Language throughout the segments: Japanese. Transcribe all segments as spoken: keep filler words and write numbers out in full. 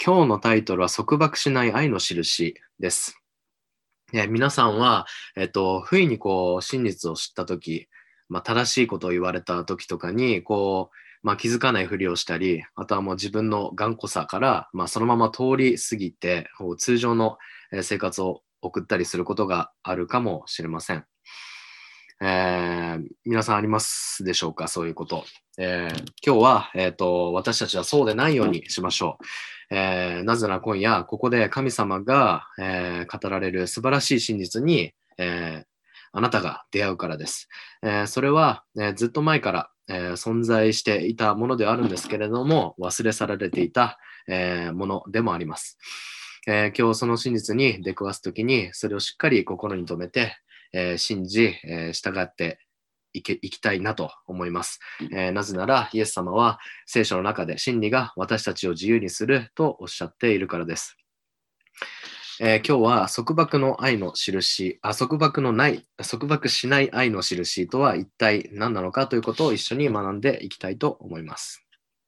今日のタイトルは束縛しない愛の印です。えー皆さんは、えっと、不意にこう真実を知ったとき、まあ、正しいことを言われたときとかに、こう、まあ、気づかないふりをしたり、あとはもう自分の頑固さから、まあ、そのまま通り過ぎて、こう通常のえー生活を送ったりすることがあるかもしれません。えー皆さんありますでしょうか、そういうこと。えー今日は、えーと、私たちはそうでないようにしましょう。えーなぜなら今夜、ここで神様が、えー語られる素晴らしい真実に、えーあなたが出会うからです。えーそれは、えーずっと前から、えー存在していたものではあるんですけれども、忘れ去られていた、えーものでもあります。えー今日その真実に出くわすときに、それをしっかり心に留めて、えー信じ、えー従っていけいきたいなと思います、えーなぜなら、イエス様は聖書の中で真理が私たちを自由にするとおっしゃっているからです。えー今日は束縛の愛の印あ、束縛のない、束縛しない愛の印とは一体何なのかということを一緒に学んでいきたいと思います。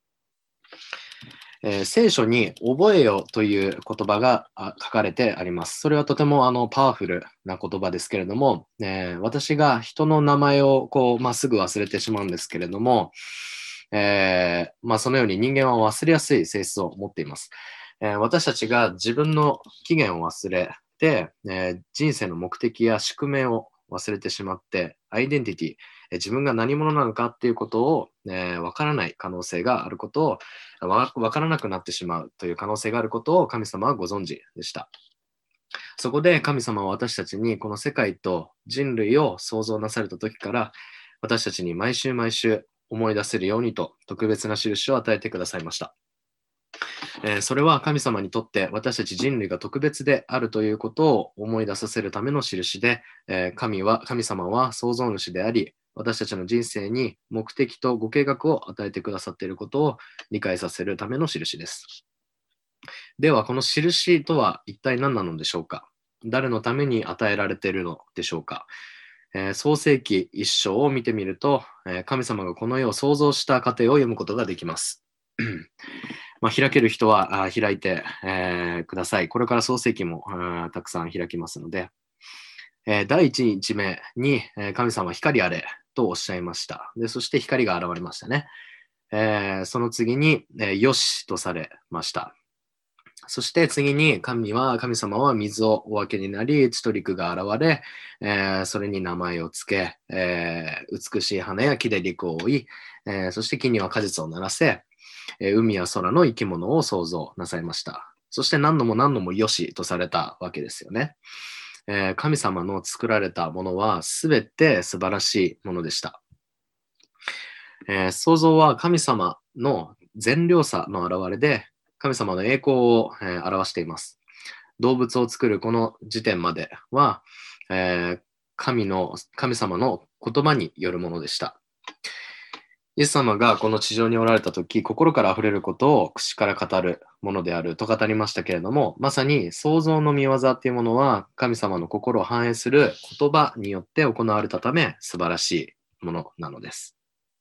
えー聖書に覚えよという言葉があ書かれてあります。それはとてもあのパワフルな言葉ですけれども、えー私が人の名前をこう、まあ、すぐ忘れてしまうんですけれども、えーまあ、そのように人間は忘れやすい性質を持っています。えー私たちが自分の起源を忘れて、えー人生の目的や宿命を忘れてしまって、アイデンティティ、えー自分が何者なのかっていうことを、えーわからない可能性があることをわわからなくなってしまうという可能性があることを神様はご存知でした。そこで神様は私たちにこの世界と人類を創造なされた時から私たちに毎週毎週思い出せるようにと特別な印を与えてくださいました。えーそれは神様にとって私たち人類が特別であるということを思い出させるための印で、えー神は神様は創造主であり、私たちの人生に目的とご計画を与えてくださっていることを理解させるための印です。では、この印とは一体何なのでしょうか？誰のために与えられているのでしょうか？えー創世記一章を見てみると、えー神様がこの世を創造した過程を読むことができます。まあ、開ける人はあ開いて、えーください。これから創世記もあたくさん開きますので、えー第一日目に、えー神様は光あれとおっしゃいました。でそして光が現れましたね。えーその次に、えーよしとされました。そして次に神は、神様は水をお分けになり、地と陸が現れ、えーそれに名前をつけ、えー美しい花や木で陸を覆い、えーそして木には果実をならせ、えー海や空の生き物を創造なさいました。そして何度も何度もよしとされたわけですよね。えー神様の作られたものはすべて素晴らしいものでした。えー創造は神様の善良さの表れで、神様の栄光を、えー表しています。動物を作るこの時点までは、えー神の神様の言葉によるものでした。イエス様がこの地上におられたとき、心から溢れることを口から語るものであると語りましたけれども、まさに創造の見業っていうものは、神様の心を反映する言葉によって行われたため、素晴らしいものなのです。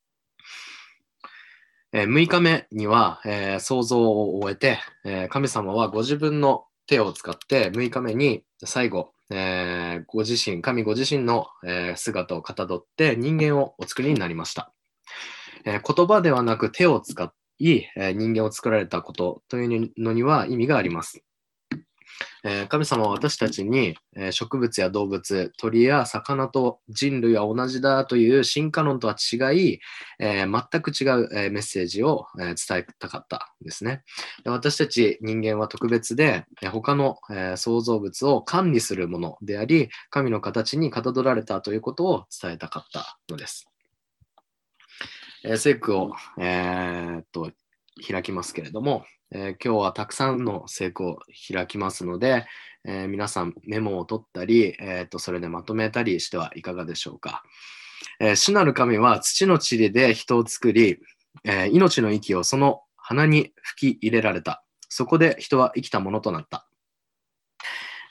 えーむいかめには、えー創造を終えて、えー神様はご自分の手を使ってむいかめに最後、えーご自身、神ご自身の、えー姿をかたどって人間をお作りになりました。えー言葉ではなく手を使い、えー人間を作られたことというのには意味があります。えー神様は私たちに、えー植物や動物、鳥や魚と人類は同じだという進化論とは違い、えー全く違う、えーメッセージを、えー伝えたかったんですね。で私たち人間は特別で、えー他の、えー創造物を管理するものであり、神の形にかたどられたということを伝えたかったのです。えー聖句を、えーっと開きますけれども、えー今日はたくさんの聖句を開きますので、えー皆さんメモを取ったり、えーっとそれでまとめたりしてはいかがでしょうか。えー主なる神は土の塵で人を作り、えー命の息をその鼻に吹き入れられた。そこで人は生きたものとなった。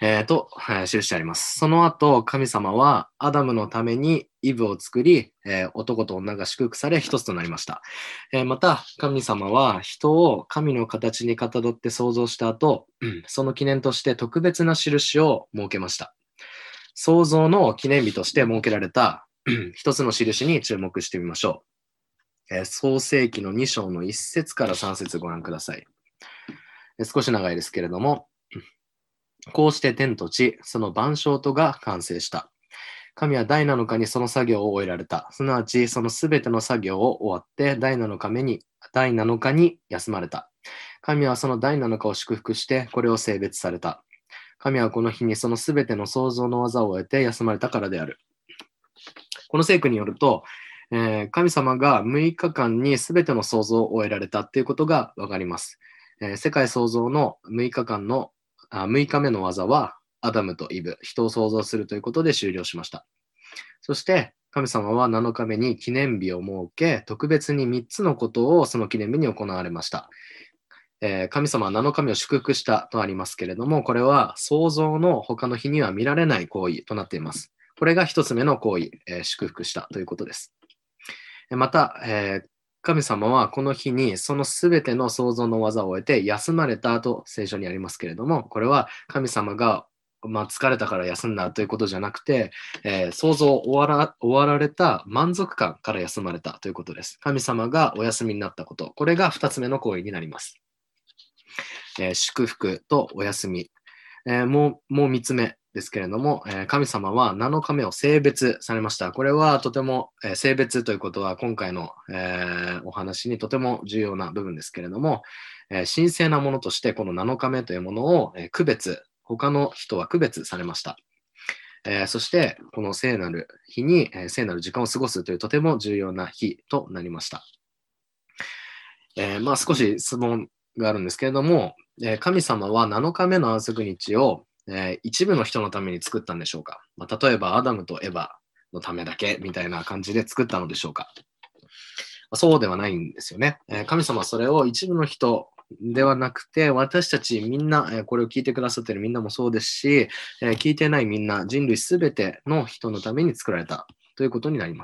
えーと、はい、記してあります。その後、神様はアダムのためにイブを作り、えー男と女が祝福され一つとなりました。えーまた、神様は人を神の形にかたどって創造した後、うんその記念として特別な印を設けました。創造の記念日として設けられたうん一つの印に注目してみましょう。えー創世記のに章のいっ節からさん節ご覧ください。えー少し長いですけれども、こうして天と地、その万象とが完成した。神は第なのかにその作業を終えられた。すなわち、そのすべての作業を終わって、第なのか目に、第なのかに休まれた。神はその第なのかを祝福して、これを性別された。神はこの日にそのすべての創造の技を終えて休まれたからである。この聖句によると、えー神様がむいかかんにすべての創造を終えられたということがわかります。えー世界創造のむいかかんのあむいかめの技はアダムとイブ、人を創造するということで終了しました。そして神様はなのかめに記念日を設け、特別にみっつのことをその記念日に行われました。えー神様はなのかめを祝福したとありますけれども、これは創造の他の日には見られない行為となっています。これが一つ目の行為、えー祝福したということです。また、えー神様はこの日にそのすべての創造の技を終えて休まれたと聖書にありますけれども、これは神様が、まあ、疲れたから休んだということじゃなくて、えー創造終わら終わられた満足感から休まれたということです。神様がお休みになったこと、これが二つ目の行為になります。えー祝福とお休み。えーもう、もう三つ目ですけれども、えー神様はなのかめを性別されました。これはとても、えー性別ということは今回の、えーお話にとても重要な部分ですけれども、えー神聖なものとしてこのなのかめというものを、えー区別、他の人は区別されました。えーそして、この聖なる日に、えー聖なる時間を過ごすというとても重要な日となりました。えーまあ、少し質問があるんですけれども、えー神様はなのかめの安息日を、えー一部の人のために作ったんでしょうか、まあ、例えばアダムとエヴァのためだけみたいな感じで作ったのでしょうか。まあそうではないんですよね。えー神様はそれを一部の人ではなくて、私たちみんな、えーこれを聞いてくださっているみんなもそうですし、えー聞いてないみんな、人類すべての人のために作られたということになります。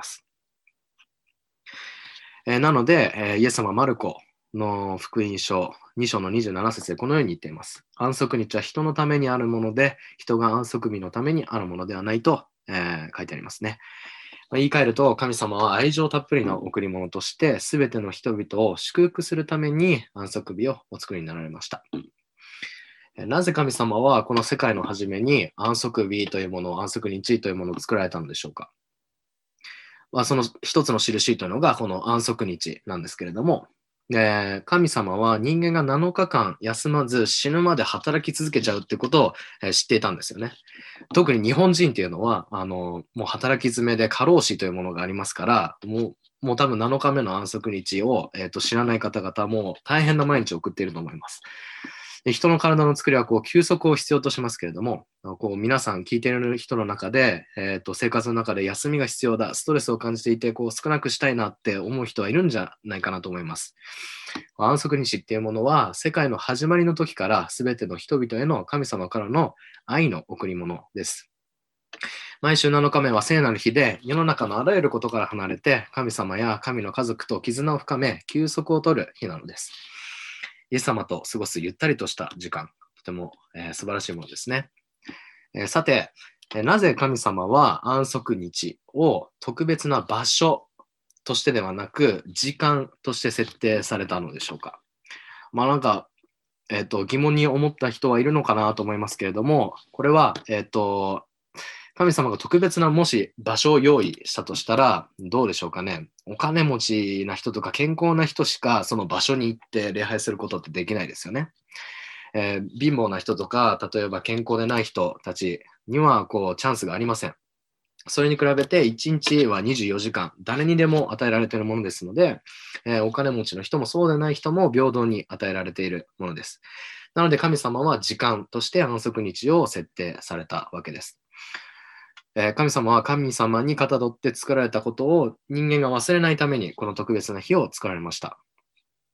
えーなので、えーイエス様はマルコの福音書に章のにじゅうなな節でこのように言っています。安息日は人のためにあるもので、人が安息日のためにあるものではないと、えー書いてありますね。まあ言い換えると、神様は愛情たっぷりの贈り物として、すべての人々を祝福するために安息日をお作りになられました。えーなぜ神様はこの世界の初めに安息日というものを、安息日というものを作られたのでしょうか。まあ、その一つの印というのがこの安息日なんですけれども、えー神様は人間がなのかかん休まず死ぬまで働き続けちゃうってことを、えー知っていたんですよね。特に日本人っていうのは、あの、もう働き詰めで過労死というものがありますから、もう、もう多分なのかめの安息日を、えーと知らない方々も大変な毎日を送っていると思います。で人の体の作りはこう休息を必要としますけれども、こう皆さん聞いている人の中で、えーと生活の中で休みが必要だ、ストレスを感じていてこう少なくしたいなって思う人はいるんじゃないかなと思います。安息日っていうものは世界の始まりの時から全ての人々への神様からの愛の贈り物です。毎週なのかめは聖なる日で、世の中のあらゆることから離れて、神様や神の家族と絆を深め、休息を取る日なのです。イエス様と過ごすゆったりとした時間、とても、えー素晴らしいものですね。えーさて、えーなぜ神様は安息日を特別な場所としてではなく、時間として設定されたのでしょうか。まあなんか、えっと、疑問に思った人はいるのかなと思いますけれども、これは、えっと、神様が特別なもし場所を用意したとしたら、どうでしょうかね。お金持ちな人とか健康な人しかその場所に行って礼拝することってできないですよね。えー貧乏な人とか、例えば健康でない人たちにはこうチャンスがありません。それに比べていちにちはにじゅうよじかん、誰にでも与えられているものですので、えーお金持ちの人もそうでない人も平等に与えられているものです。なので神様は時間として安息日を設定されたわけです。えー神様は神様にかたどって作られたことを人間が忘れないためにこの特別な日を作られました。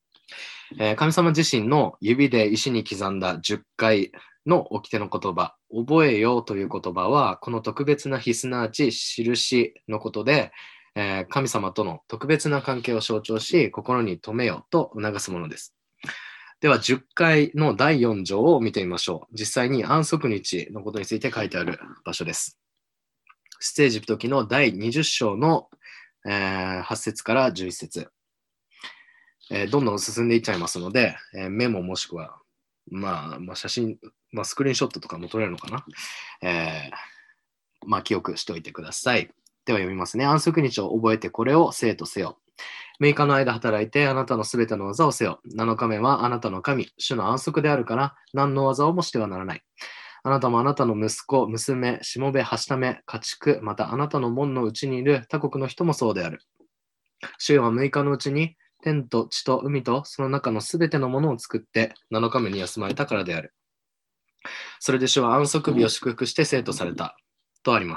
えー神様自身の指で石に刻んだじゅっかいの掟の言葉覚えよという言葉は、この特別な日、すなわち印のことで、えー神様との特別な関係を象徴し、心に留めよと促すものです。では、じゅっかいのだいよん条を見てみましょう。実際に安息日のことについて書いてある場所です。出エジプト記のだいにじゅっ章の、えーはち節からじゅういち節、えーどんどん進んでいっちゃいますので、えーメモもしくは、まあ、まあ、写真、まあ、スクリーンショットとかも撮れるのかな、えーまあ、記憶しておいてください。では読みますね。安息日を覚えてこれを生とせよ。むいかの間働いてあなたのすべての技をせよ。なのかめはあなたの神、主の安息であるから、何の技をもしてはならない。あなたもあなたの息子、娘、しもべ、はしため、家畜、またあなたの門のうちにいる他国の人もそうである。主はむいかのうちに天と地と海とその中のすべてのものを作ってなのかめに休まれたからである。それで主は安息日を祝福して生とされたとあります。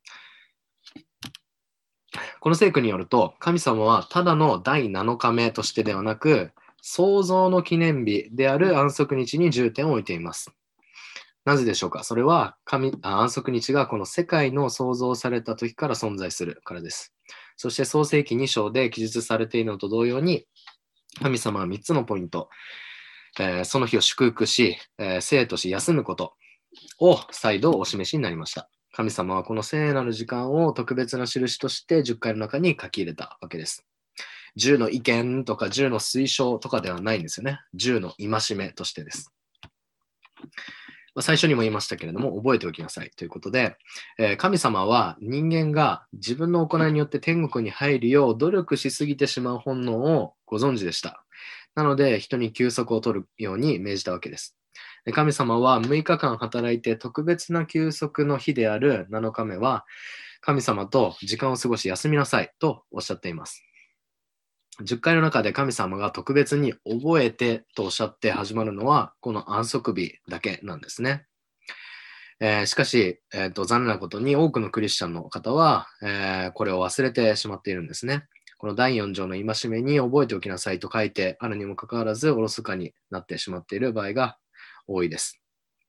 この聖句によると、神様はただのだいなのかめとしてではなく、創造の記念日である安息日に重点を置いています。なぜでしょうか？それは神あ安息日がこの世界の創造された時から存在するからです。そして創世記に章で記述されているのと同様に、神様はみっつのポイント、えーその日を祝福し、えー生とし休むことを再度お示しになりました。神様はこの聖なる時間を特別な印としてじゅっかいの中に書き入れたわけです。じゅうの意見とかじゅうの推奨とかではないんですよね。じゅうの戒めとしてです。最初にも言いましたけれども、覚えておきなさいということで、えー神様は人間が自分の行いによって天国に入るよう努力しすぎてしまう本能をご存知でした。なので、人に休息を取るように命じたわけです。で神様はむいかかん働いて特別な休息の日であるなのかめは、神様と時間を過ごし休みなさいとおっしゃっています。じゅっかいの中で神様が特別に覚えてとおっしゃって始まるのは、この安息日だけなんですね。えーしかし、えーと、残念なことに多くのクリスチャンの方は、えーこれを忘れてしまっているんですね。このだいよん条の戒めに覚えておきなさいと書いてあるにもかかわらず、おろそかになってしまっている場合が多いです。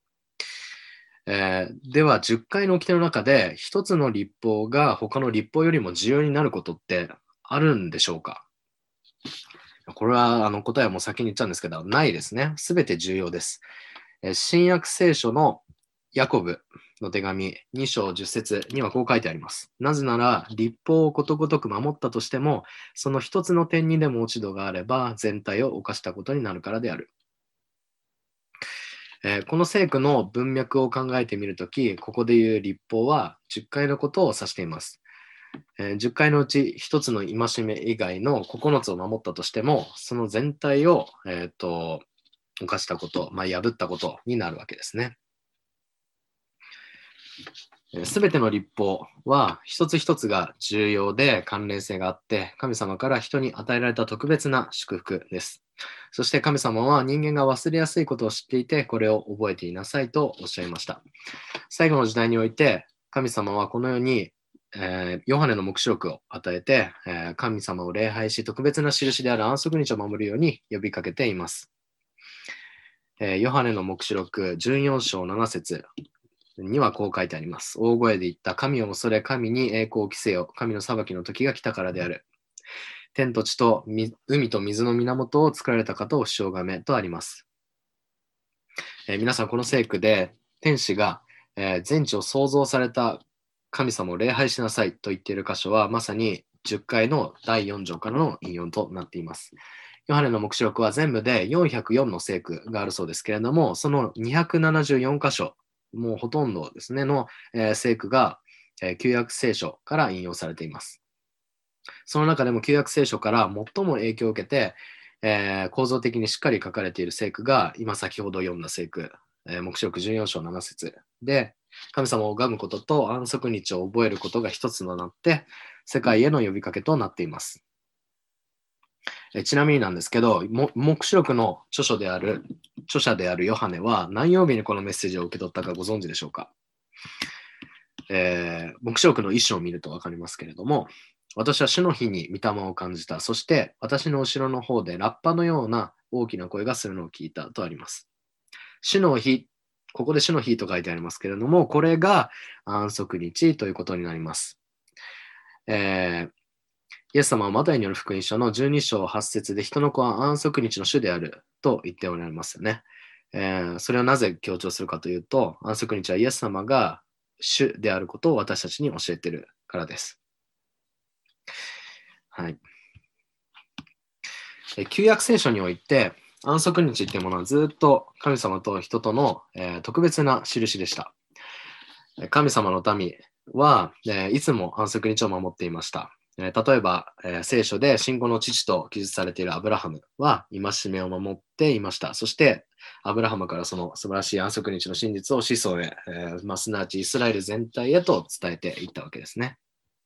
えーでは、じゅっかいの掟の中で、一つの律法が他の律法よりも重要になることってあるんでしょうか？これはあの答えはもう先に言っちゃうんですけど、ないですね。すべて重要です。えー新約聖書のヤコブの手紙に章じゅっ節にはこう書いてあります。なぜなら、律法をことごとく守ったとしても、その一つの点にでも落ち度があれば、全体を犯したことになるからである。えーこの聖句の文脈を考えてみるとき、ここで言う律法はじゅっかいのことを指しています。えーじゅっかいのうちひとつの戒め以外のここのつを守ったとしても、その全体を、えーと犯したこと、まあ、破ったことになるわけですね。すべての律法は一つ一つが重要で関連性があって、神様から人に与えられた特別な祝福です。そして神様は人間が忘れやすいことを知っていて、これを覚えていなさいとおっしゃいました。最後の時代において、神様はこのように、えーヨハネの黙示録を与えて、えー神様を礼拝し、特別な印である安息日を守るように呼びかけています。えーヨハネの黙示録じゅうよん章なな節にはこう書いてあります。大声で言った、神を恐れ、神に栄光を着せよ。神の裁きの時が来たからである。天と地と海と水の源を作られた方を主がめとあります。えー皆さん、この聖句で天使が、えー全地を創造された神様を礼拝しなさいと言っている箇所は、まさにじゅっかいのだいよん条からの引用となっています。ヨハネの黙示録は全部でよんひゃくよんの聖句があるそうですけれども、そのにひゃくななじゅうよん箇所、もうほとんどですね、の、えー聖句が、えー旧約聖書から引用されています。その中でも旧約聖書から最も影響を受けて、えー構造的にしっかり書かれている聖句が、今先ほど読んだ聖句、えー黙示録じゅうよん章なな節で、神様を拝むことと安息日を覚えることが一つとなって、世界への呼びかけとなっています。えちなみになんですけど、も黙示録の著書である、著者であるヨハネは何曜日にこのメッセージを受け取ったかご存知でしょうか？えー黙示録の一章を見ると分かりますけれども、私は主の日に御霊を感じた。そして私の後ろの方でラッパのような大きな声がするのを聞いたとあります。主の日ここで主の日と書いてありますけれども、これが安息日ということになります。えー、イエス様はマタイによる福音書のじゅうに章はち節で人の子は安息日の主であると言っておられますよね。えー、それをなぜ強調するかというと、安息日はイエス様が主であることを私たちに教えているからです。はい。旧約聖書において、安息日っていうものはずっと神様と人との、えー、特別な印でした。神様の民は、えー、いつも安息日を守っていました。えー、例えば、えー、聖書で信仰の父と記述されているアブラハムは戒めを守っていました。そして、アブラハムからその素晴らしい安息日の真実を子孫へ、えーまあ、すなわちイスラエル全体へと伝えていったわけですね。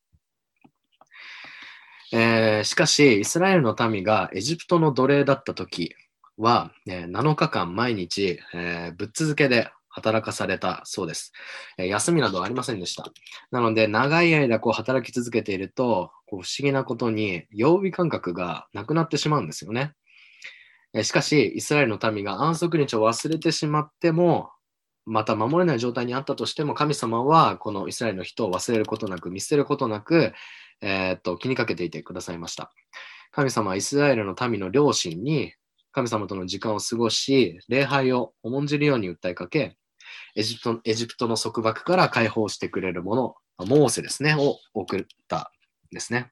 えー、しかし、イスラエルの民がエジプトの奴隷だった時は、えー、なのかかん毎日、えー、ぶっ続けで働かされたそうです、えー。休みなどはありませんでした。なので、長い間こう働き続けていると、こう不思議なことに曜日感覚がなくなってしまうんですよね。えー、しかし、イスラエルの民が安息日を忘れてしまっても、また守れない状態にあったとしても、神様はこのイスラエルの人を忘れることなく、見捨てることなく、えー、っと気にかけていてくださいました。神様はイスラエルの民の両親に神様との時間を過ごし、礼拝を重んじるように訴えかけ、エジプト、エジプトの束縛から解放してくれるもの、モーセですね、を送ったんですね。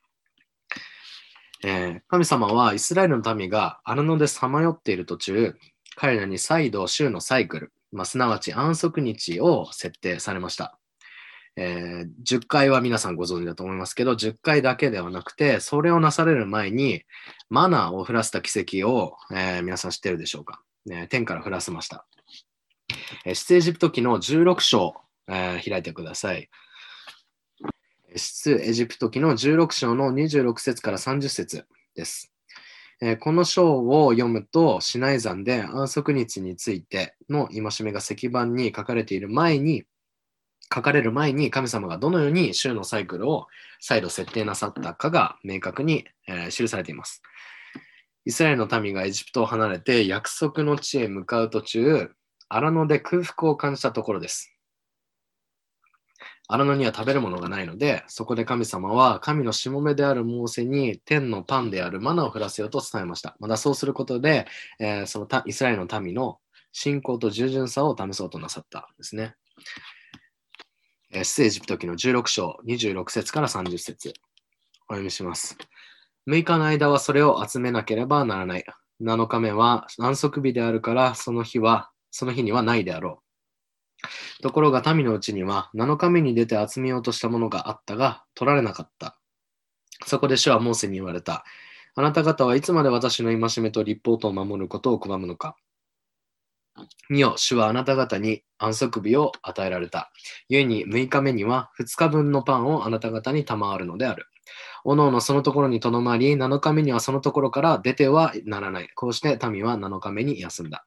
えー、神様はイスラエルの民が荒野でさまよっている途中、彼らに再度週のサイクル、まあ、すなわち安息日を設定されました。えー、じゅっかいは皆さんご存知だと思いますけど、じゅっかいだけではなくて、それをなされる前に、マナーを降らせた奇跡を、えー、皆さん知っているでしょうか、えー、天から降らせました。えー、出エジプト記のじゅうろく章、えー、開いてください。出エジプト記のじゅうろく章のにじゅうろく節からさんじゅう節です。えー、この章を読むと、シナイ山で安息日についての戒めが石板に書かれている前に、書かれる前に神様がどのように週のサイクルを再度設定なさったかが明確に、えー、記されています。イスラエルの民がエジプトを離れて約束の地へ向かう途中、荒野で空腹を感じたところです。荒野には食べるものがないので、そこで神様は神のしもべであるモーセに天のパンであるマナを降らせようと伝えました。またそうすることで、えー、そのイスラエルの民の信仰と従順さを試そうとなさったんですね。出エジプト記のじゅうろく章にじゅうろく節からさんじゅう節お読みします。むいかの間はそれを集めなければならない。なのかめは安息日であるからその日はその日にはないであろう。ところが民のうちにはなのかめに出て集めようとしたものがあったが取られなかった。そこで主はモーセに言われた。あなた方はいつまで私の戒めと律法とを守ることを拒むのか。見よ、主はあなた方に安息日を与えられた。故にむいかめにはふつかぶんのパンをあなた方に賜るのである。おのおのそのところにとどまり、なのかめにはそのところから出てはならない。こうして民はなのかめに休んだ。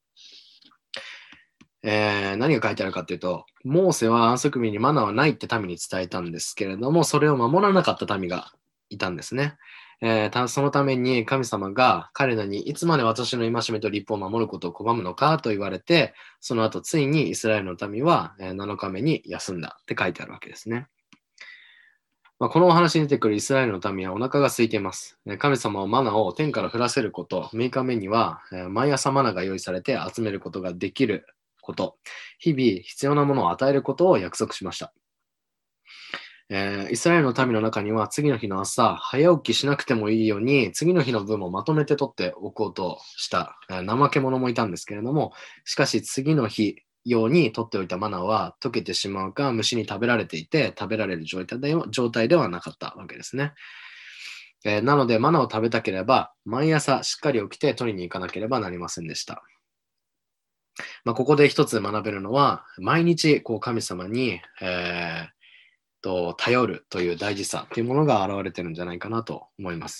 えー、何が書いてあるかというと、モーセは安息日にマナーはないって民に伝えたんですけれども、それを守らなかった民がいたんですね。えー、そのために神様が彼らにいつまで私の戒めと律法を守ることを拒むのかと言われて、その後ついにイスラエルの民はなのかめに休んだって書いてあるわけですね。まあ、このお話に出てくるイスラエルの民はお腹が空いています。神様はマナを天から降らせること、むいかめには毎朝マナが用意されて集めることができること、日々必要なものを与えることを約束しました。えー、イスラエルの民の中には次の日の朝、早起きしなくてもいいように、次の日の分をまとめて取っておこうとした、えー、怠け者もいたんですけれども、しかし次の日用に取っておいたマナは溶けてしまうか、虫に食べられていて、食べられる状態では、状態ではなかったわけですね。えー、なので、マナを食べたければ、毎朝しっかり起きて取りに行かなければなりませんでした。まあ、ここで一つ学べるのは、毎日こう神様に、えーと頼るという大事さというものが現れてるんじゃないかなと思います。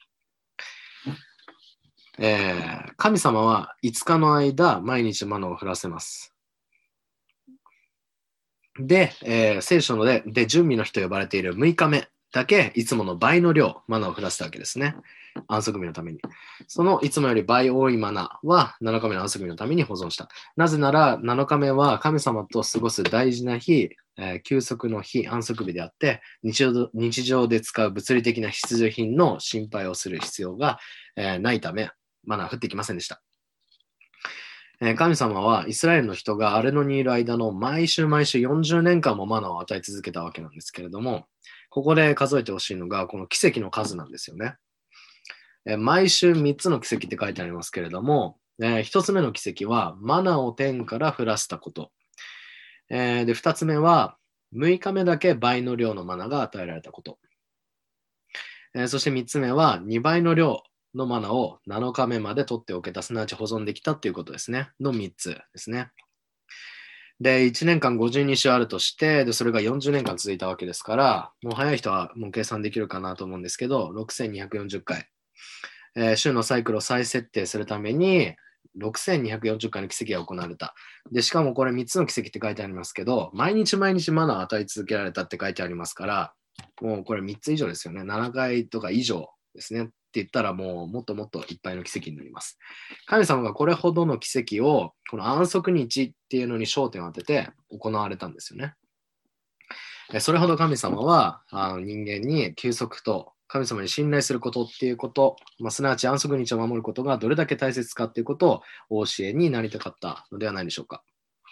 えー、神様はいつかの間毎日マナを降らせます。で、えー、聖書のでで準備の日と呼ばれているむいかめだけいつもの倍の量、マナーを降らせたわけですね。安息日のために。そのいつもより倍多いマナーはなのかめの安息日のために保存した。なぜならなのかめは神様と過ごす大事な日、えー休息の日、安息日であって、日常日常で使う物理的な必需品の心配をする必要が、えーないため、マナーは降ってきませんでした。えー神様はイスラエルの人が荒野にいる間の毎週毎週よんじゅうねんかんもマナーを与え続けたわけなんですけれども、ここで数えてほしいのがこの奇跡の数なんですよね。えー毎週みっつの奇跡って書いてありますけれども、えーひとつめの奇跡はマナーを天から降らせたこと。えーで、ふたつめはむいかめだけ倍の量のマナーが与えられたこと。えーそしてみっつめはにばいの量のマナーをなのかめまで取っておけた、すなわち保存できたということですね。のみっつですね。で、いちねんかんごじゅうに週あるとして、で、それがよんじゅうねんかん続いたわけですから、もう早い人はもう計算できるかなと思うんですけど、ろくせんにひゃくよんじゅっかい。えー週のサイクルを再設定するために、ろくせんにひゃくよんじゅっかいの奇跡が行われた。で、しかもこれみっつの奇跡って書いてありますけど、毎日毎日マナーを与え続けられたって書いてありますから、もうこれみっつ以上ですよね。ななかいとか以上ですね。って言ったらもうもっともっといっぱいの奇跡になります。神様がこれほどの奇跡をこの安息日っていうのに焦点を当てて行われたんですよね。えそれほど神様はあの人間に休息と神様に信頼することっていうこと、まあ、すなわち安息日を守ることがどれだけ大切かっていうことをお教えになりたかったのではないでしょうか。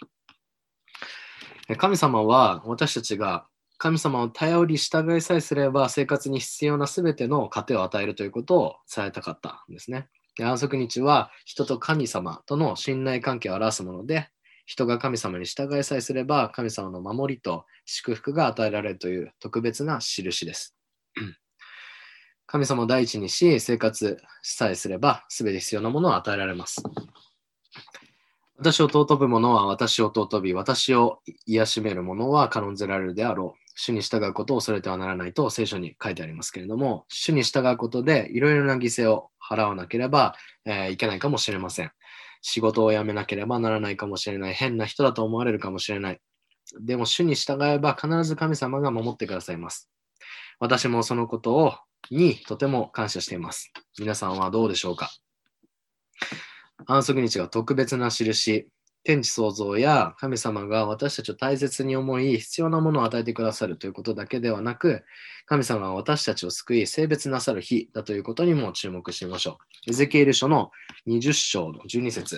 え神様は私たちが神様を頼り従いさえすれば生活に必要なすべての糧を与えるということを伝えたかったんですね。で安息日は人と神様との信頼関係を表すもので、人が神様に従いさえすれば神様の守りと祝福が与えられるという特別な印です。神様を第一にし、生活さえすれば全て必要なものを与えられます。私を尊ぶ者は私を尊び、私を癒しめる者は軽んぜられるであろう。主に従うことを恐れてはならないと聖書に書いてありますけれども、主に従うことでいろいろな犠牲を払わなければ、えーいけないかもしれません。仕事を辞めなければならないかもしれない。変な人だと思われるかもしれない。でも主に従えば必ず神様が守ってくださいます。私もそのことをにとても感謝しています。皆さんはどうでしょうか。安息日が特別な印、天地創造や神様が私たちを大切に思い、必要なものを与えてくださるということだけではなく、神様が私たちを救い、性別なさる日だということにも注目してみましょう。エゼキエル書のにじゅっ章のじゅうに節、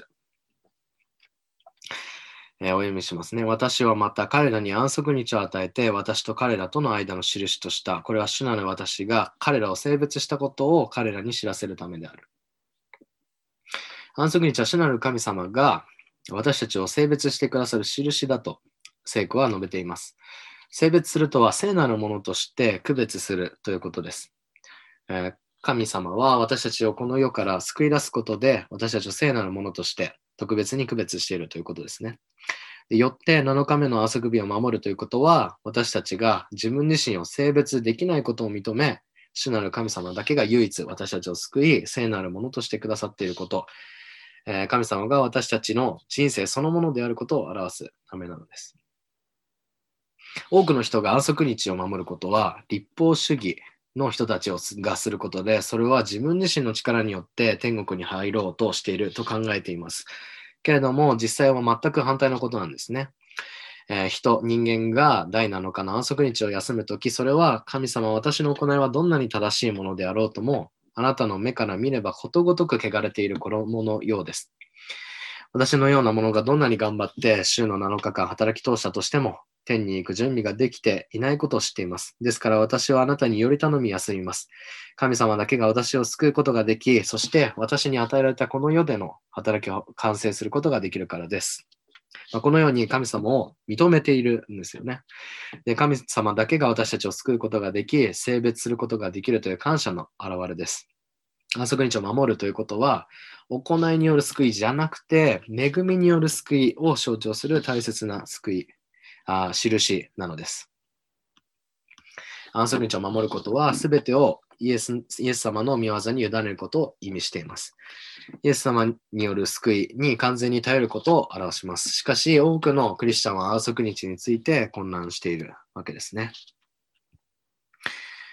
えーお読みしますね。私はまた彼らに安息日を与えて、私と彼らとの間の印とした。これは主なる私が彼らを性別したことを彼らに知らせるためである。安息日は主なる神様が私たちを性別してくださる印だと聖句は述べています。性別するとは聖なるものとして区別するということです。えー神様は私たちをこの世から救い出すことで私たちを聖なるものとして特別に区別しているということですね。でよってなのかめの安息日を守るということは私たちが自分自身を性別できないことを認め、主なる神様だけが唯一私たちを救い聖なるものとしてくださっていること、えー神様が私たちの人生そのものであることを表すためなのです。多くの人が安息日を守ることは立法主義の人たちをがすることで、それは自分自身の力によって天国に入ろうとしていると考えています。けれども実際は全く反対のことなんですね。えー人、人間が第なのかの安息日を休むとき、それは神様、私の行いはどんなに正しいものであろうとも、あなたの目から見ればことごとく汚れている衣のようです。私のようなものがどんなに頑張って週のなのかかん働き通したとしても、天に行く準備ができていないことを知っています。ですから私はあなたにより頼み休みます。神様だけが私を救うことができ、そして私に与えられたこの世での働きを完成することができるからです。まあこのように神様を認めているんですよね。で、神様だけが私たちを救うことができ、性別することができるという感謝の表れです。安息日を守るということは、行いによる救いじゃなくて、恵みによる救いを象徴する大切な救い、あ印なのです。安息日を守ることは、すべてをイエスイエス様の御業に委ねることを意味しています。イエス様による救いに完全に頼ることを表します。しかし、多くのクリスチャンは安息日について混乱しているわけですね。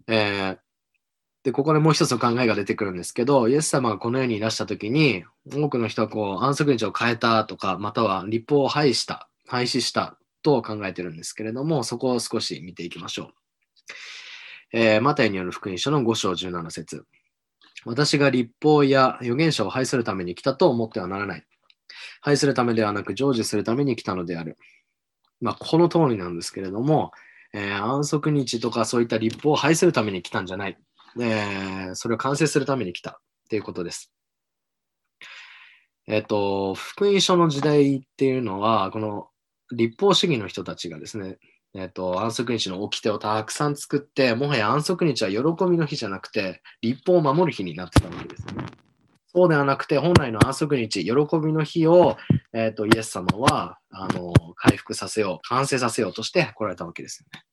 えーで、ここでもう一つの考えが出てくるんですけど、イエス様がこの世にいらしたときに、多くの人はこう安息日を変えたとか、または立法を廃した、廃止したと考えてるんですけれども、そこを少し見ていきましょう。えーマタイによる福音書のご章じゅうなな節。私が立法や預言者を廃するために来たと思ってはならない。廃するためではなく成就するために来たのである。まあ、この通りなんですけれども、えー安息日とかそういった立法を廃するために来たんじゃない。えーそれを完成するために来たっていうことです。えっと、福音書の時代っていうのは、この立法主義の人たちがですね、えっと、安息日の掟をたくさん作って、もはや安息日は喜びの日じゃなくて、立法を守る日になってたわけですね。そうではなくて、本来の安息日、喜びの日を、えっと、イエス様はあの回復させよう、完成させようとして来られたわけですよね。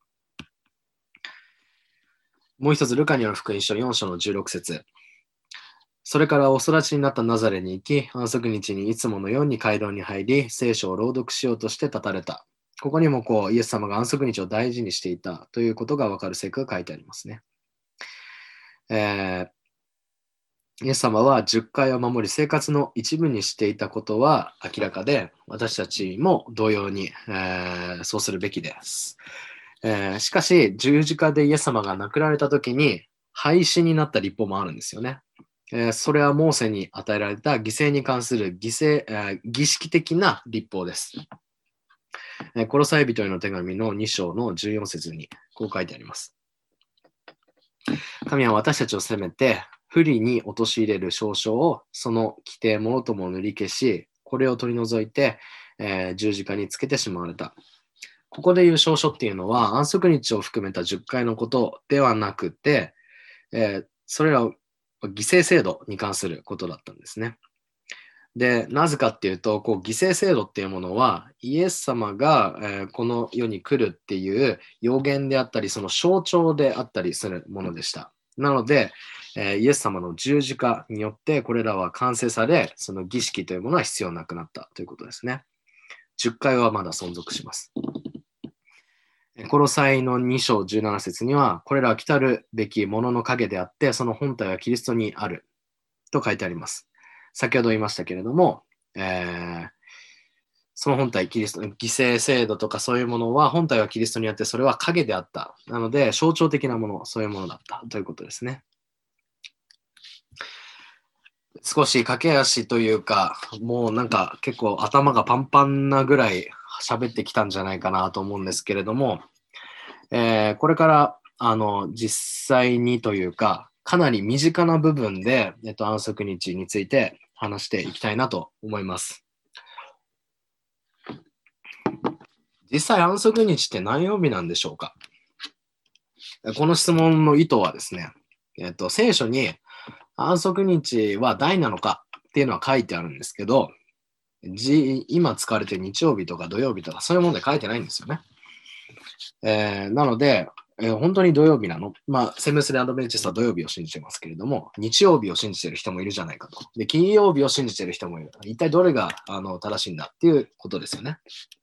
もう一つ、ルカによる福音書よん章のじゅうろく節。それからお育ちになったナザレに行き、安息日にいつものように街道に入り、聖書を朗読しようとして立たれた。ここにもこうイエス様が安息日を大事にしていたということがわかる聖句が書いてありますね。えー、イエス様はじゅっかいを守り、生活の一部にしていたことは明らかで、私たちも同様に、えー、そうするべきです。えー、しかし、十字架でイエス様が亡くなられたときに、廃止になった立法もあるんですよね。えーそれはモーセに与えられた犠牲に関する犠牲、えー儀式的な立法です。えー、コロサイ人への手紙のに章のじゅうよん節にこう書いてあります。神は私たちを責めて、不利に陥れる証書をその規定ものとも塗り消し、これを取り除いて、えー十字架につけてしまわれた。ここでいう証書っていうのは安息日を含めたじゅっかいのことではなくて、えーそれらを犠牲制度に関することだったんですね。で、なぜかっていうと、こう犠牲制度っていうものは、イエス様が、えーこの世に来るっていう予言であったり、その象徴であったりするものでした。なので、えーイエス様の十字架によってこれらは完成され、その儀式というものは必要なくなったということですね。じゅっかいはまだ存続します。コロサイのに章じゅうなな節には、これらは来たるべきものの影であって、その本体はキリストにあると書いてあります。先ほど言いましたけれども、えーその本体、キリスト、犠牲制度とかそういうものは、本体はキリストにあって、それは影であった。なので、象徴的なもの、そういうものだったということですね。少し駆け足というか、もうなんか結構頭がパンパンなぐらい喋ってきたんじゃないかなと思うんですけれども、えーこれからあの実際にというか、かなり身近な部分で、えっと、安息日について話していきたいなと思います。実際安息日って何曜日なんでしょうか？この質問の意図はですね、えっと、聖書に安息日は大なのかっていうのは書いてあるんですけど、じ今使われている日曜日とか土曜日とかそういうもので書いてないんですよね。えーなので、えー本当に土曜日なの？まあ、セブンス・デー・アドベンチストは土曜日を信じてますけれども、日曜日を信じている人もいるじゃないかと。で、金曜日を信じている人もいる。一体どれがあの正しいんだっていうことですよね。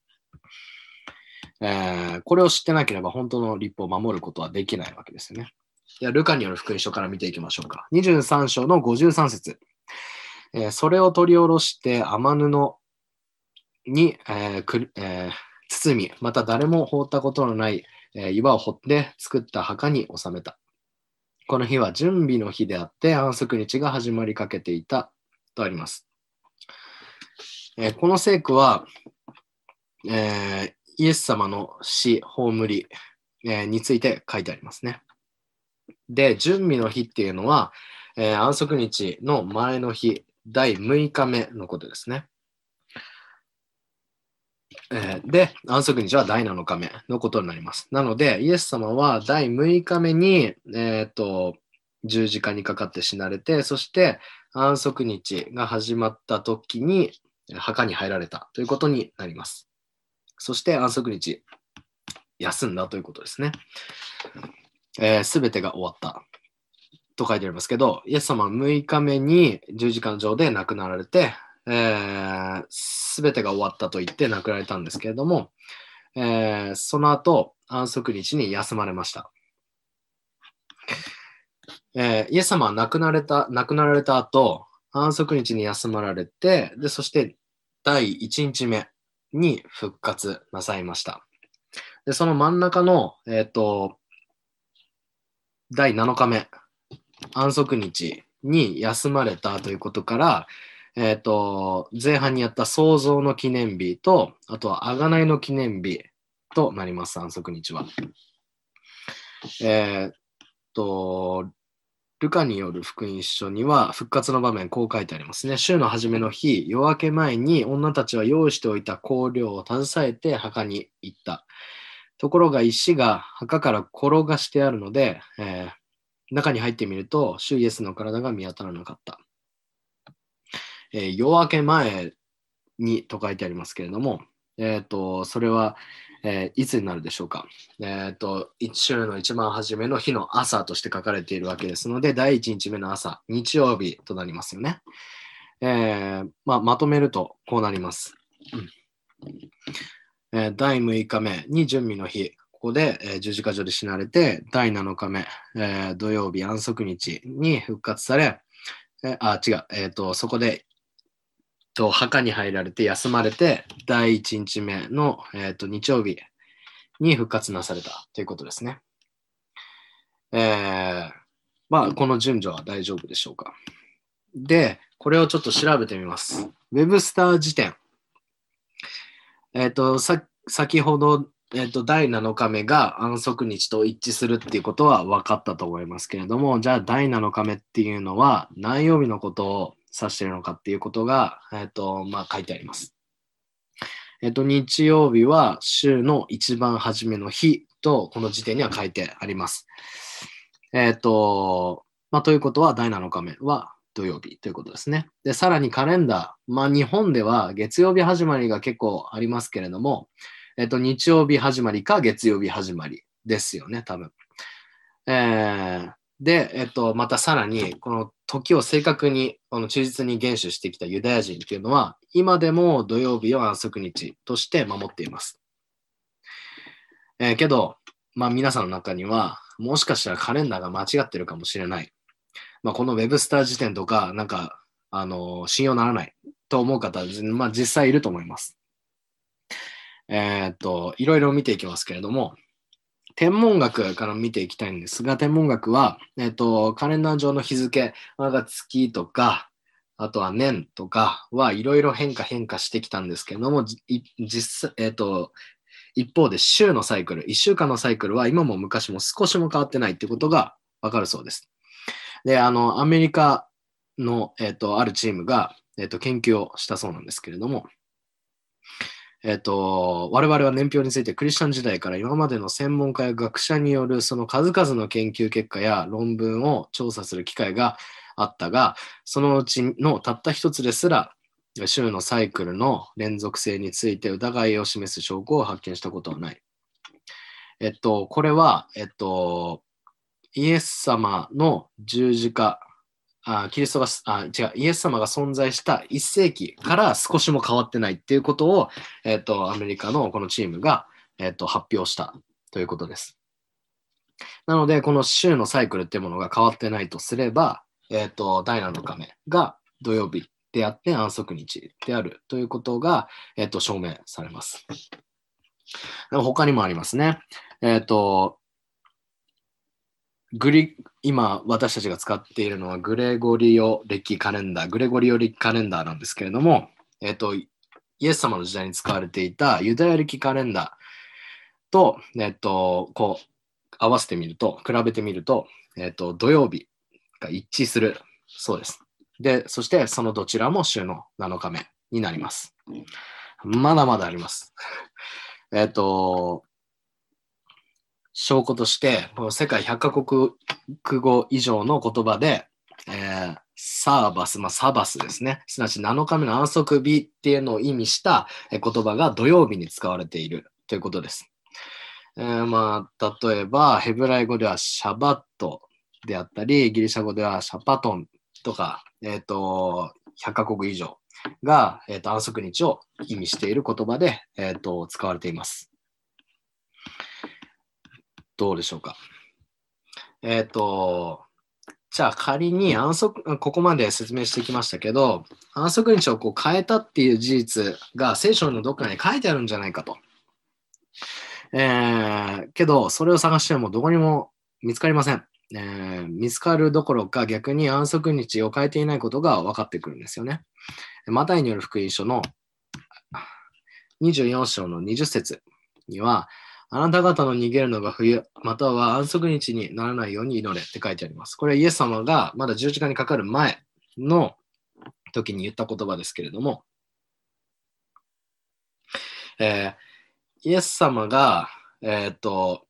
えーこれを知ってなければ本当の立法を守ることはできないわけですよね。ではルカによる福音書から見ていきましょうか。にじゅうさん章のごじゅうさん節。えーそれを取り下ろして雨布に、えーくえー包み、また誰も放ったことのない、えー岩を掘って作った墓に収めた。この日は準備の日であって安息日が始まりかけていたとあります。えーこの聖句は、えーイエス様の死、葬り、えーについて書いてありますね。で、準備の日っていうのは、えー安息日の前の日、だいむいかめのことですね。えーで、安息日はだいなのかめのことになります。なので、イエス様はだいむいかめに、えーと、十字架にかかって死なれて、そして安息日が始まった時に墓に入られたということになります。そして安息日、休んだということですね。すべ、えー、てが終わったと書いてありますけど、イエス様はむいかめに十字架の上で亡くなられて、すべ、えー、てが終わったと言って亡くなられたんですけれども、えーその後、安息日に休まれました。 えーイエス様は亡くなられた、亡くなられた後、安息日に休まられて、で、そして第いちにちめに復活なさいました。で、その真ん中の、えっ、と、第なのかめ、安息日に休まれたということから、えっ、と、前半にやった創造の記念日と、あとは贖いの記念日となります、安息日は。えっ、と、ルカによる福音書には復活の場面こう書いてありますね。週の初めの日、夜明け前に女たちは用意しておいた香料を携えて墓に行った。ところが石が墓から転がしてあるので、えー中に入ってみると、主イエスの体が見当たらなかった。えー夜明け前にと書いてありますけれども、えー、とそれは、えーいつになるでしょうか。えー、と週の一番初めの日の朝として書かれているわけですので、だいいちにちめの朝、日曜日となりますよね。えーまあ、まとめるとこうなります。うんえーだいむいかめに準備の日、ここで、えー十字架上で死なれて、だいなのかめ、えー土曜日安息日に復活され、えーあ、違う、えー、とそこでと墓に入られて休まれて、だいいちにちめの、えー、と日曜日に復活なされたということですね。えー、まあ、この順序は大丈夫でしょうか。で、これをちょっと調べてみます。ウェブスター辞典。えっ、と、さ、先ほど、えっ、と、だいなのかめが安息日と一致するっていうことは分かったと思いますけれども、じゃあだいなのかめっていうのは何曜日のことを指しているのかっていうことが、えっ、と、まあ、書いてあります。えっ、と、日曜日は週の一番初めの日と、この時点には書いてあります。えっ、と、まあ、ということはだいなのかめは土曜日ということですね。で、さらにカレンダー。まあ、日本では月曜日始まりが結構ありますけれども、えっと、日曜日始まりか月曜日始まりですよね、多分。えーで、えっと、またさらに、この時を正確に、この忠実に厳守してきたユダヤ人っていうのは、今でも土曜日を安息日として守っています。えーけど、まあ皆さんの中には、もしかしたらカレンダーが間違ってるかもしれない。まあ、このウェブスター辞典とか、なんか、あの信用ならないと思う方は、まあ、実際いると思います。えーっと、いろいろ見ていきますけれども、天文学から見ていきたいんですが、天文学は、えーっと、カレンダー上の日付、まあ、月とか、あとは年とかはいろいろ変化変化してきたんですけれども、実際、えーっと、一方で週のサイクル、いっしゅうかんのサイクルは今も昔も少しも変わってないってことがわかるそうです。で、あの、アメリカの、えっと、あるチームが、えっと、研究をしたそうなんですけれども、えっと、我々は年表についてクリスチャン時代から今までの専門家や学者によるその数々の研究結果や論文を調査する機会があったが、そのうちのたった一つですら、週のサイクルの連続性について疑いを示す証拠を発見したことはない。えっと、これは、えっと、イエス様の十字架、あキリストがあ違う、イエス様が存在したいっ世紀から少しも変わってないっていうことを、えっと、アメリカのこのチームが、えっと、発表したということです。なので、この週のサイクルっていうものが変わってないとすれば、えっと、だいなのかめが土曜日であって安息日であるということが、えっと、証明されます。他にもありますね。えっと、グリ今私たちが使っているのはグレゴリオ暦カレンダー、グレゴリオ暦カレンダーなんですけれども、えっと、イエス様の時代に使われていたユダヤ暦カレンダーと、えっと、こう合わせてみると、比べてみると、えっと、土曜日が一致するそうです。で、そしてそのどちらも週のなのかめになります。まだまだあります。えっと、証拠として、この世界ひゃっかこく語以上の言葉で、えー、サーバス、まあ、サバスですね。すなわちなのかめの安息日っていうのを意味した言葉が土曜日に使われているということです。えー、まあ、例えば、ヘブライ語ではシャバットであったり、ギリシャ語ではシャパトンとか、えっと、ひゃっかこく以上が、えー、と安息日を意味している言葉で、えー、と使われています。どうでしょうか。 えっ、と、じゃあ仮に安息、ここまで説明してきましたけど、安息日をこう変えたっていう事実が聖書のどっかに書いてあるんじゃないかと。えー、けど、それを探してもどこにも見つかりません。えー、見つかるどころか逆に安息日を変えていないことが分かってくるんですよね。マタイによる福音書のにじゅうよん章のにじゅっ節には、あなた方の逃げるのが冬、または安息日にならないように祈れって書いてあります。これはイエス様がまだ十字架にかかる前の時に言った言葉ですけれども、えー、イエス様が、えー、っと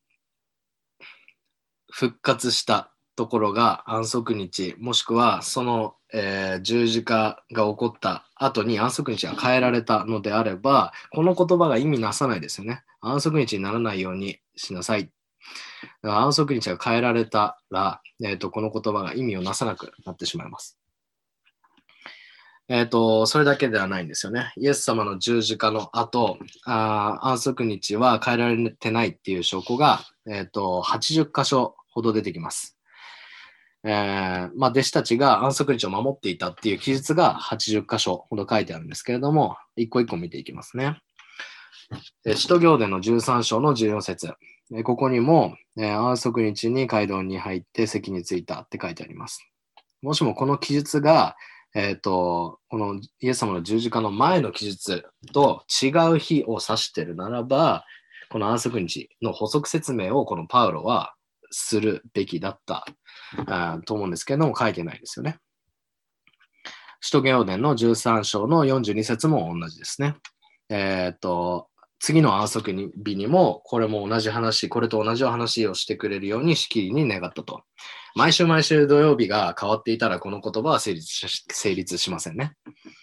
復活したところが安息日、もしくはその、えー、十字架が起こった後に安息日が変えられたのであれば、この言葉が意味なさないですよね。安息日にならないようにしなさい。だから安息日が変えられたら、えーと、この言葉が意味をなさなくなってしまいます。えーと、それだけではないんですよね。イエス様の十字架の後、あ安息日は変えられてないっていう証拠が、えーと、はちじゅっ箇所ほど出てきます。えーまあ、弟子たちが安息日を守っていたっていう記述がはちじゅっ箇所ほど書いてあるんですけれども、一個一個見ていきますね。使徒行伝のじゅうさん章のじゅうよん節、ここにも、えー、安息日に街道に入って席に着いたって書いてあります。もしもこの記述が、えーと、このイエス様の十字架の前の記述と違う日を指しているならば、この安息日の補足説明をこのパウロはするべきだったあと思うんですけども、書いてないですよね。使徒行伝のじゅうさん章のよんじゅうに節も同じですね。えっと、次の安息日にも、これも同じ話、これと同じ話をしてくれるようにしきりに願ったと。毎週毎週土曜日が変わっていたら、この言葉は成立 し, 成立しませんね。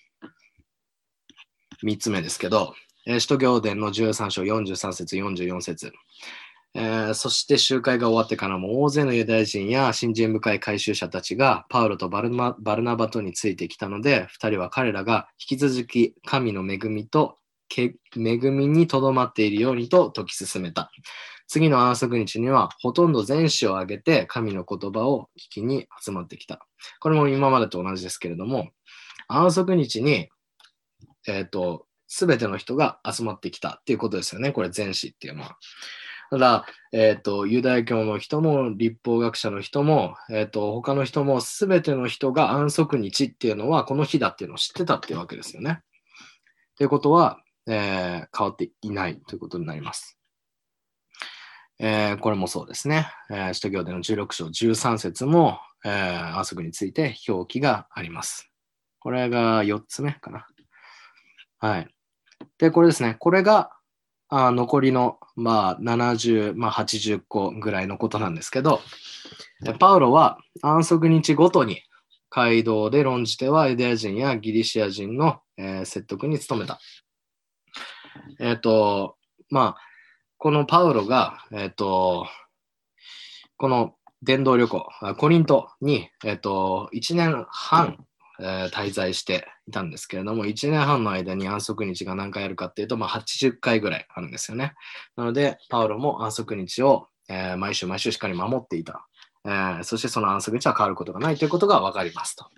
みっつめですけど、使徒行伝のじゅうさん章よんじゅうさん節、よんじゅうよん節。えー、そして集会が終わってからも大勢のユダヤ人や信心深い改宗者たちがパウロとバルナバルナバとについてきたので、ふたりは彼らが引き続き神の恵みと恵みにとどまっているようにと説き進めた。次の安息日にはほとんど全紙を挙げて神の言葉を聞きに集まってきた。これも今までと同じですけれども、安息日に、えっと、すべての人が集まってきたっていうことですよね。これ全紙っていうのは。ただ、えーと、ユダヤ教の人も律法学者の人も、えーと、他の人も全ての人が安息日っていうのはこの日だっていうのを知ってたっていうわけですよね。ということは、えー、変わっていないということになります。えー、これもそうですね。えー、使徒行伝のじゅうろく章じゅうさん節も、えー、安息について表記があります。これがよっつめかな。はい。で、これですね。これがあ残りの、まあ、ななじゅう、まあ、はちじゅっこぐらいのことなんですけど、パウロは安息日ごとに街道で論じてはユダヤ人やギリシア人の、えー、説得に努めた。えっ、ー、と、まあ、このパウロが、えっ、ー、と、この伝道旅行、コリントに、えっ、ー、と、いちねんはん、えー、滞在していたんですけれども、いちねんはんの間に安息日が何回あるかっていうと、まあ、はちじゅっかいぐらいあるんですよね。なので、パウロも安息日を、えー、毎週毎週しっかり守っていた。えー、そしてその安息日は変わることがないということが分かりますと。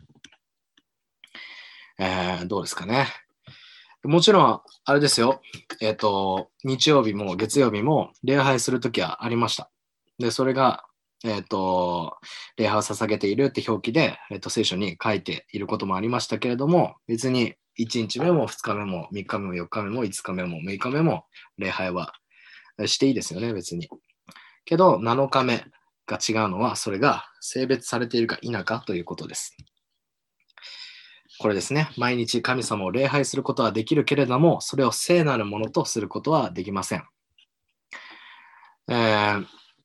えー、どうですかね。もちろん、あれですよ。えっ、ー、と、日曜日も月曜日も礼拝するときはありました。で、それが、えっ、ー、と、礼拝を捧げているって表記で、えっ、ー、と、聖書に書いていることもありましたけれども、別にいちにちめもふつかめもみっかめもよっかめもいつかめもむいかめも礼拝はしていいですよね、別に。けど、なのかめが違うのは、それが性別されているか否かということです。これですね。毎日神様を礼拝することはできるけれども、それを聖なるものとすることはできません。えー、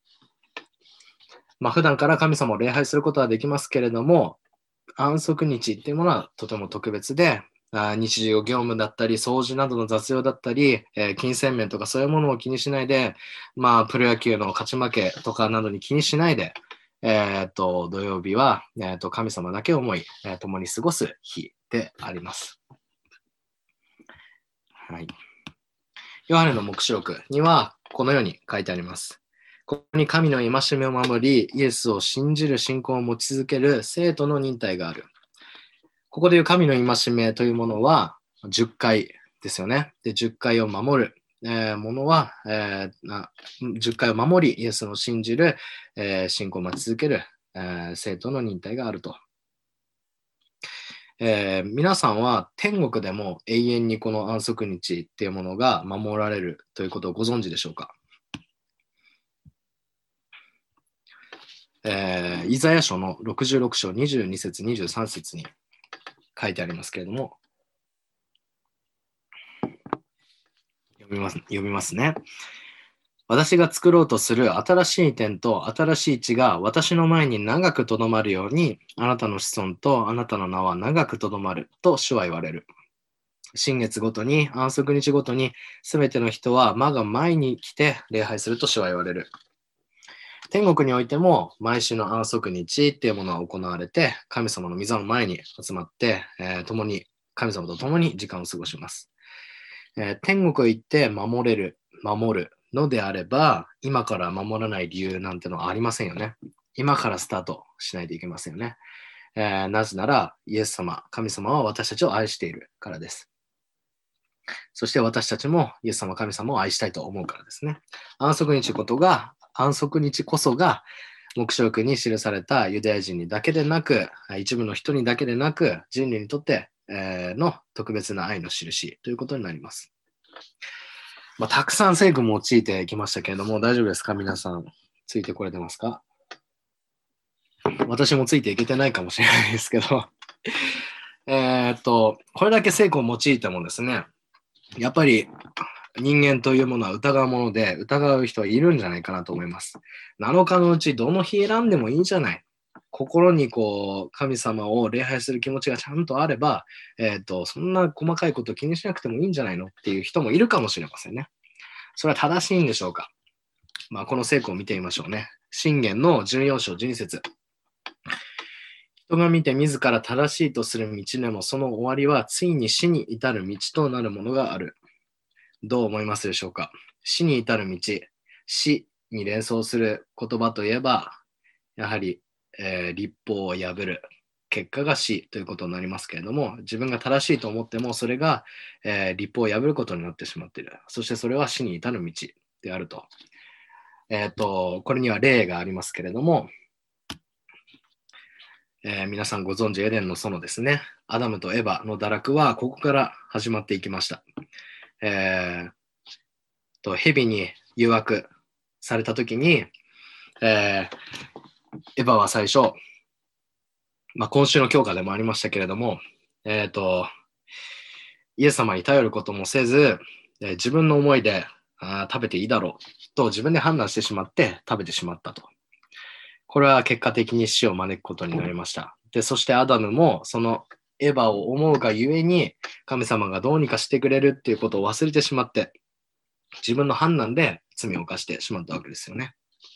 まあ、普段から神様を礼拝することはできますけれども、安息日っていうものはとても特別で、あ日常業務だったり、掃除などの雑用だったり、えー、金銭面とかそういうものを気にしないで、まあ、プロ野球の勝ち負けとかなどに気にしないで、えー、と土曜日は、えー、と神様だけを思い、えー、共に過ごす日であります。はい。ヨハネの黙示録にはこのように書いてあります。 ここに神の戒めを守り、イエスを信じる信仰を持ち続ける生徒の忍耐がある。ここでいう神の戒めというものはじゅっかいですよね。で、じゅっかいを守る、えー、ものは、えーな、じゅっかいを守り、イエスを信じる、えー、信仰を待ち続ける、えー、生徒の忍耐があると。えー、皆さんは天国でも永遠にこの安息日っていうものが守られるということをご存知でしょうか。えー、イザヤ書のろくじゅうろく章にじゅうに節にじゅうさん節に書いてありますけれども、読みます、読みますね。私が作ろうとする新しい天と新しい地が私の前に長くとどまるように、あなたの子孫とあなたの名は長くとどまると主は言われる。新月ごとに、安息日ごとに、すべての人は魔が前に来て礼拝すると主は言われる。天国においても毎週の安息日っていうものは行われて、神様の御座の前に集まって、えー、共に神様と共に時間を過ごします。えー、天国へ行って守れる、守るのであれば、今から守らない理由なんてのはありませんよね。今からスタートしないといけませんよね。えー、なぜなら、イエス様、神様は私たちを愛しているからです。そして私たちもイエス様、神様を愛したいと思うからですね。安息日ことが、安息日こそが、黙示録に記されたユダヤ人にだけでなく、一部の人にだけでなく、人類にとっての特別な愛の印ということになります。まあ、たくさん聖句も用いてきましたけれども、大丈夫ですか？皆さん、ついてこれてますか？私もついていけてないかもしれないですけど、えっと、これだけ聖句を用いてもですね、やっぱり人間というものは疑うもので、疑う人はいるんじゃないかなと思います。なのかのうちどの日選んでもいいんじゃない。心にこう神様を礼拝する気持ちがちゃんとあれば、えーと、そんな細かいこと気にしなくてもいいんじゃないのっていう人もいるかもしれませんね。それは正しいんでしょうか。まあ、この聖句を見てみましょうね。箴言のじゅうよん章じゅうに節。人が見て自ら正しいとする道でも、その終わりはついに死に至る道となるものがある。どう思いますでしょうか。死に至る道、死に連想する言葉といえば、やはり、えー、律法を破る結果が死ということになりますけれども、自分が正しいと思っても、それが、えー、律法を破ることになってしまっている。そしてそれは死に至る道であると。えっと、これには例がありますけれども、えー、皆さんご存知エデンの園ですね。アダムとエバの堕落はここから始まっていきました。えー、と蛇に誘惑されたときに、えー、エヴァは最初、まあ、今週の教科でもありましたけれども、えー、とイエス様に頼ることもせず、えー、自分の思いであ食べていいだろうと自分で判断してしまって食べてしまったと。これは結果的に死を招くことになりました。で、そしてアダムもそのエヴァを思うがゆえに神様がどうにかしてくれるっていうことを忘れてしまって自分の判断で罪を犯してしまったわけですよね。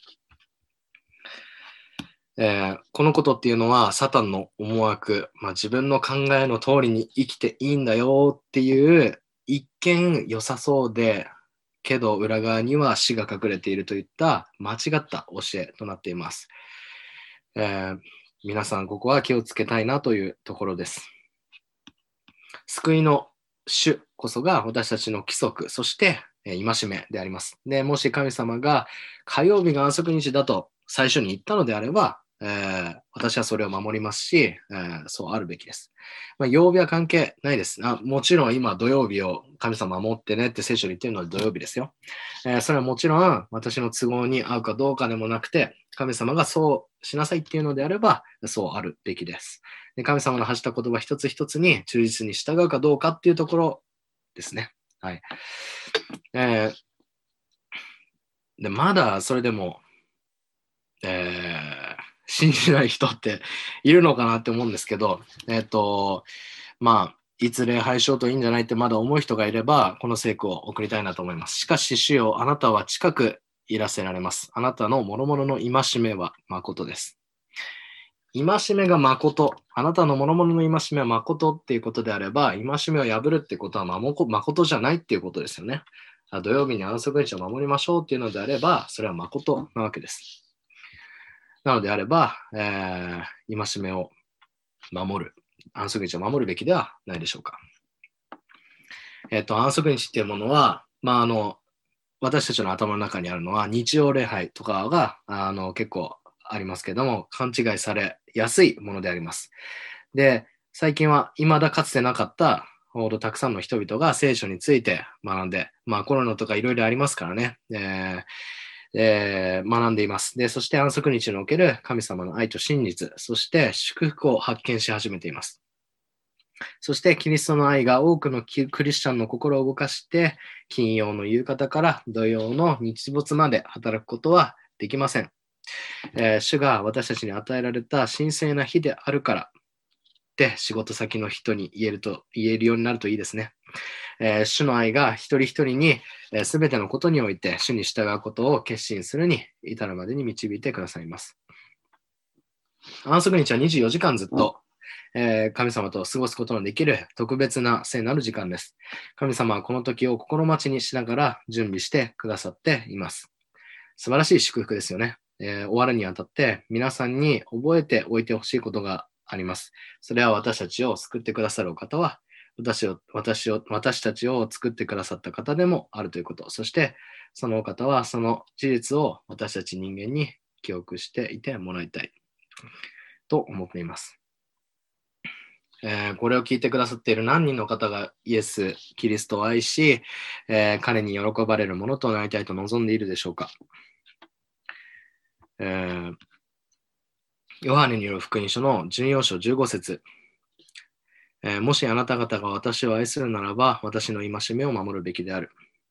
えー、このことっていうのはサタンの思惑、まあ、自分の考えの通りに生きていいんだよっていう一見良さそうでけど裏側には死が隠れているといった間違った教えとなっています。えー、皆さんここは気をつけたいなというところです。救いの主こそが私たちの規則、そして戒めであります。で、もし神様が火曜日が安息日だと最初に言ったのであれば、えー、私はそれを守りますし、えー、そうあるべきです。まあ、曜日は関係ないです。あ、もちろん今土曜日を神様守ってねって聖書に言ってるのは土曜日ですよ。えー、それはもちろん私の都合に合うかどうかでもなくて、神様がそうしなさいっていうのであれば、そうあるべきです。で、神様の発した言葉一つ一つに忠実に従うかどうかっていうところですね。はい。えー、で、まだそれでも、えー、信じない人っているのかなって思うんですけど、えっと、まあ、いつ礼拝しようといいんじゃないってまだ思う人がいれば、この聖句を送りたいなと思います。しかし、主よ、あなたは近くいらせられます。あなたの諸々の戒めは誠です。戒めが誠、あなたの諸々の戒めは誠っていうことであれば、戒めを破るってことは誠じゃないっていうことですよね。 土曜日に安息日を守りましょうっていうのであれば、それは誠なわけです。なのであれば、えー、戒めを守る、安息日を守るべきではないでしょうか。えっと、安息日っていうものは、まあ、あの、私たちの頭の中にあるのは、日曜礼拝とかがあの結構ありますけれども、勘違いされやすいものであります。で、最近は未だかつてなかったほどたくさんの人々が聖書について学んで、まあコロナとかいろいろありますからね、えーえー学んでいます。で、そして安息日における神様の愛と真実、そして祝福を発見し始めています。そしてキリストの愛が多くのクリスチャンの心を動かして、金曜の夕方から土曜の日没まで働くことはできません。えー主が私たちに与えられた神聖な日であるからって仕事先の人に言えると言えるようになるといいですね。えー主の愛が一人一人にすべ、えー、てのことにおいて主に従うことを決心するに至るまでに導いてくださいます。安息日はにじゅうよじかんずっとえー神様と過ごすことのできる特別な聖なる時間です。神様はこの時を心待ちにしながら準備してくださっています。素晴らしい祝福ですよね。えー終わるにあたって皆さんに覚えておいてほしいことがあります。それは私たちを救ってくださるお方は、私を私を私たちを作ってくださった方でもあるということ。そして、そのお方はその事実を私たち人間に記憶していてもらいたいと思っています。えーこれを聞いてくださっている何人の方がイエス・キリストを愛し、えー彼に喜ばれるものとなりたいと望んでいるでしょうか。えーヨハネによる福音書のじゅうよん章じゅうご節、えーもしあなた方が私を愛するならば、私の戒めを守るべきである。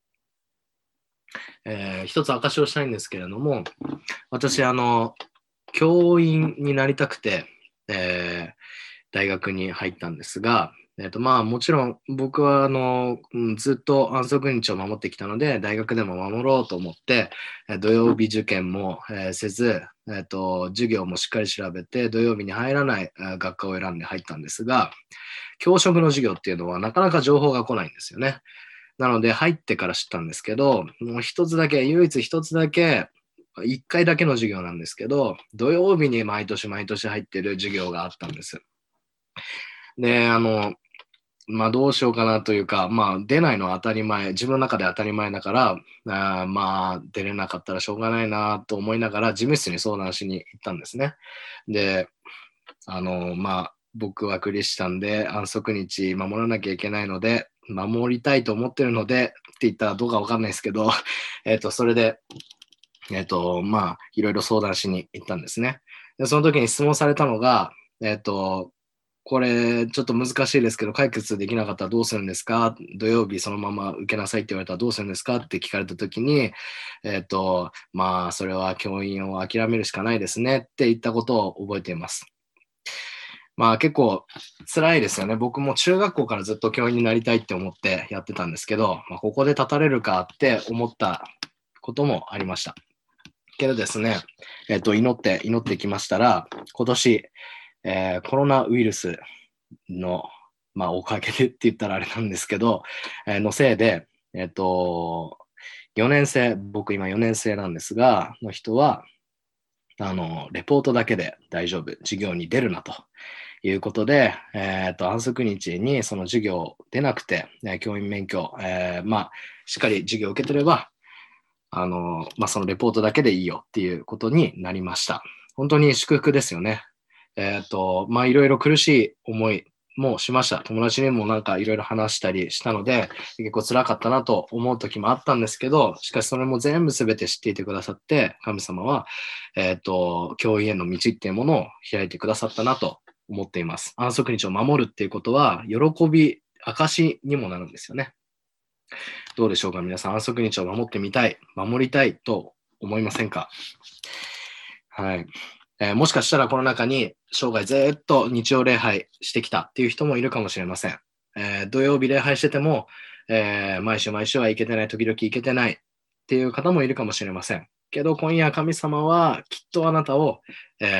えー一つ証しをしたいんですけれども、私、あの、教員になりたくて、えー大学に入ったんですが、えっと、まあ、もちろん僕はあの、うんずっと安息日を守ってきたので、大学でも守ろうと思って、えー土曜日受験も、えーせず、えっと、授業もしっかり調べて、土曜日に入らないえー学科を選んで入ったんですが、教職の授業っていうのはなかなか情報が来ないんですよね。なので、入ってから知ったんですけど、もう一つだけ、唯一一つだけ、一回だけの授業なんですけど、土曜日に毎年毎年入ってる授業があったんです。で、あの、まあどうしようかなというか、まあ出ないのは当たり前、自分の中で当たり前だから、あーまあ出れなかったらしょうがないなと思いながら事務室に相談しに行ったんですね。で、あの、まあ僕はクリスチャンで安息日守らなきゃいけないので、守りたいと思ってるのでって言ったらどうかわかんないですけど、えっと、それで、えっと、まあいろいろ相談しに行ったんですね。で、その時に質問されたのが、えっと、これちょっと難しいですけど、解決できなかったらどうするんですか、土曜日そのまま受けなさいって言われたらどうするんですかって聞かれたときに、えっと、まあ、それは教員を諦めるしかないですねって言ったことを覚えています。まあ結構辛いですよね。僕も中学校からずっと教員になりたいって思ってやってたんですけど、まあ、ここで立たれるかって思ったこともありました。けどですね、えっと、祈って、祈ってきましたら、今年、えーコロナウイルスの、まあ、おかげでって言ったらあれなんですけど、えーのせいで、えっと、よねん生、僕今よねん生なんですが、の人は、あの、レポートだけで大丈夫、授業に出るなということで、えっと、安息日にその授業出なくて、えー教員免許、えーまあ、しっかり授業を受け取れば、あの、まあ、そのレポートだけでいいよっていうことになりました。本当に祝福ですよね。えっと、まあ、いろいろ苦しい思いもしました。友達にもなんかいろいろ話したりしたので、結構辛かったなと思う時もあったんですけど、しかしそれも全部全て知っていてくださって、神様は、えっと、教員への道っていうものを開いてくださったなと思っています。安息日を守るっていうことは、喜び、証にもなるんですよね。どうでしょうか、皆さん、安息日を守ってみたい、守りたいと思いませんか？はい。えーもしかしたらこの中に生涯ずっと日曜礼拝してきたっていう人もいるかもしれません。えー土曜日礼拝してても、えー毎週毎週は行けてない、時々行けてないっていう方もいるかもしれません。けど今夜神様はきっとあなたを、えー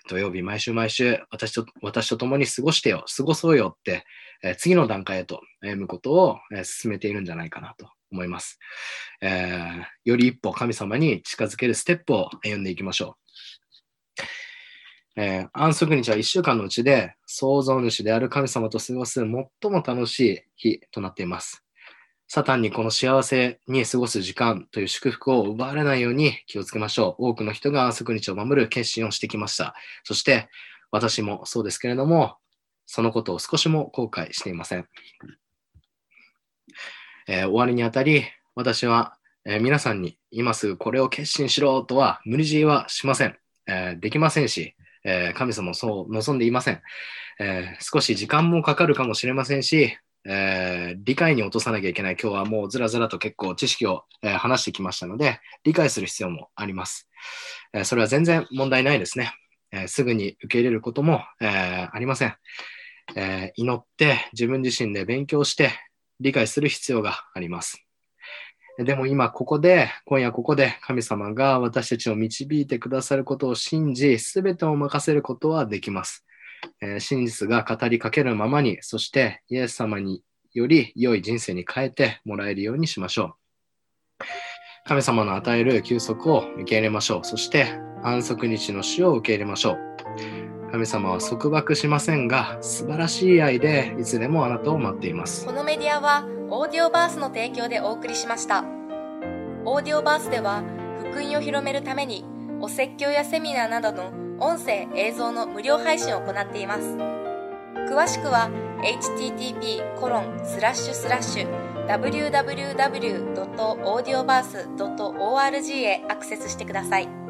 土曜日毎週毎週私と、私と共に過ごしてよ、過ごそうよって、えー次の段階へと歩むことを、えー進めているんじゃないかなと思います。えーより一歩神様に近づけるステップを歩んでいきましょう。えー安息日はいっしゅうかんのうちで創造主である神様と過ごす最も楽しい日となっています。サタンにこの幸せに過ごす時間という祝福を奪われないように気をつけましょう。多くの人が安息日を守る決心をしてきました。そして私もそうですけれども、そのことを少しも後悔していません。えー終わりにあたり、私は、えー皆さんに今すぐこれを決心しろとは無理強いはしません。えーできませんし、えー神様もそう望んでいません。えー少し時間もかかるかもしれませんし、えー理解に落とさなきゃいけない。今日はもうずらずらと結構知識を、えー話してきましたので、理解する必要もあります。えーそれは全然問題ないですね。えーすぐに受け入れることも、えーありません。えー祈って自分自身で勉強して理解する必要があります。でも今ここで、今夜ここで神様が私たちを導いてくださることを信じ、すべてを任せることはできます。えー真実が語りかけるままに、そしてイエス様により良い人生に変えてもらえるようにしましょう。神様の与える休息を受け入れましょう。そして安息日の死を受け入れましょう。神様は束縛しませんが、素晴らしい愛でいつでもあなたを待っています。 このメディアはオーディオバースの提供でお送りしました。オーディオバースでは福音を広めるためにお説教やセミナーなどの音声映像の無料配信を行っています。詳しくは エイチティーティーピーコロンスラッシュスラッシュダブリューダブリューダブリュードットオーディオバースドットオーアールジー へアクセスしてください。